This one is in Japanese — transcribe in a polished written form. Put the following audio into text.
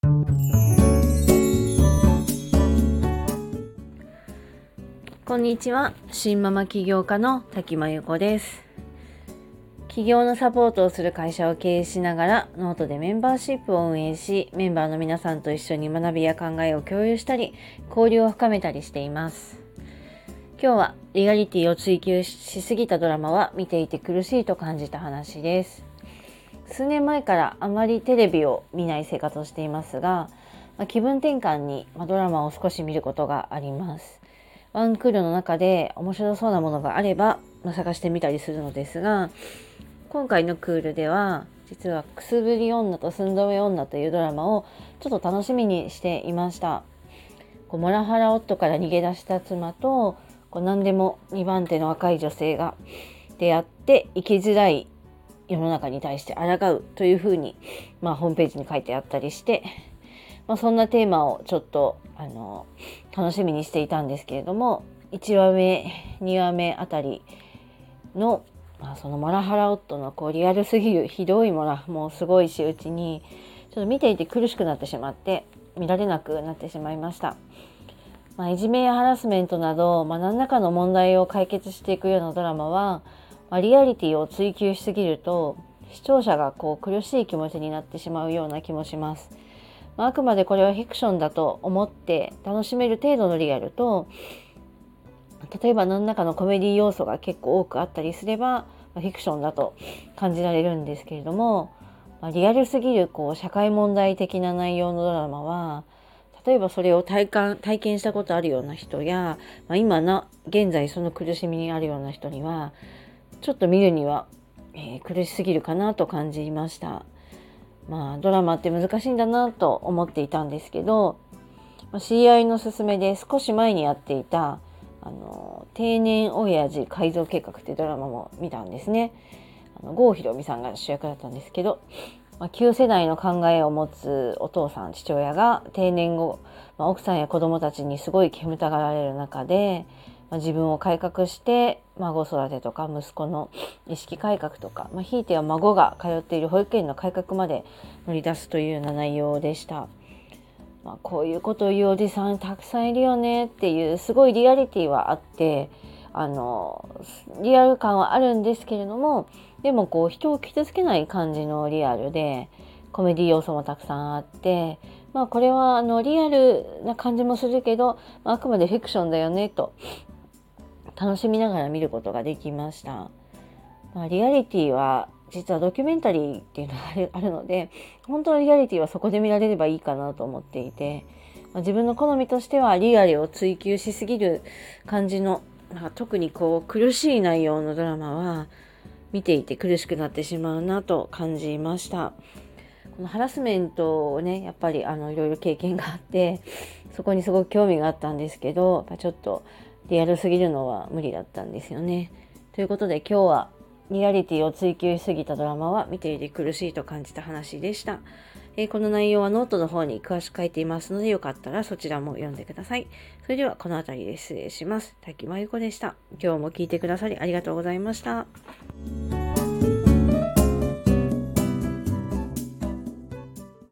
こんにちは。新ママ起業家の滝真由子です。起業のサポートをする会社を経営しながら、ノートでメンバーシップを運営し、メンバーの皆さんと一緒に学びや考えを共有したり、交流を深めたりしています。今日はリアリティを追求しすぎたドラマは見ていて苦しいと感じた話です。数年前からあまりテレビを見ない生活をしていますが、気分転換にドラマを少し見ることがあります。ワンクールの中で面白そうなものがあれば、探してみたりするのですが、今回のクールでは実はくすぶり女と寸止め女というドラマをちょっと楽しみにしていました。モラハラ夫から逃げ出した妻と何でも2番手の若い女性が出会って生きづらい世の中に対して抗うというふうに、ホームページに書いてあったりして、そんなテーマをちょっと楽しみにしていたんですけれども、1話目2話目あたりの、そのモラハラ夫のリアルすぎるひどいもうすごい仕打ちにちょっと見ていて苦しくなってしまって見られなくなってしまいました。いじめやハラスメントなど、何らかの問題を解決していくようなドラマは、リアリティを追求しすぎると視聴者が苦しい気持ちになってしまうような気もします。あくまでこれはフィクションだと思って楽しめる程度のリアルと、例えば何らかのコメディ要素が結構多くあったりすればフィクションだと感じられるんですけれども、リアルすぎる社会問題的な内容のドラマは、例えばそれを体験したことあるような人や、現在その苦しみにあるような人にはちょっと見るには、苦しすぎるかなと感じました。ドラマって難しいんだなと思っていたんですけど、知り合いの勧めで少し前にやっていた定年親父改造計画っていうドラマも見たんですね。郷ひろみさんが主役だったんですけど、旧世代の考えを持つお父さん父親が定年後、奥さんや子供たちにすごい煙たがられる中で、自分を改革して孫育てとか息子の意識改革とか、ひいては孫が通っている保育園の改革まで乗り出すというような内容でした。こういうことを言うおじさんたくさんいるよねっていうすごいリアリティはあって、リアル感はあるんですけれども、でも人を傷つけない感じのリアルでコメディ要素もたくさんあって、これはリアルな感じもするけど、あくまでフィクションだよねと楽しみながら見ることができました。リアリティは実はドキュメンタリーっていうのがあるので、本当のリアリティはそこで見られればいいかなと思っていて、自分の好みとしてはリアルを追求しすぎる感じの、特に苦しい内容のドラマは見ていて苦しくなってしまうなと感じました。このハラスメントをね、やっぱりいろいろ経験があって、そこにすごく興味があったんですけど、ちょっとリアルすぎるのは無理だったんですよね。ということで今日はリアリティを追求しすぎたドラマは見ていて苦しいと感じた話でした。この内容はノートの方に詳しく書いていますので、よかったらそちらも読んでください。それではこの辺りで失礼します。滝真由子でした。今日も聞いてくださりありがとうございました。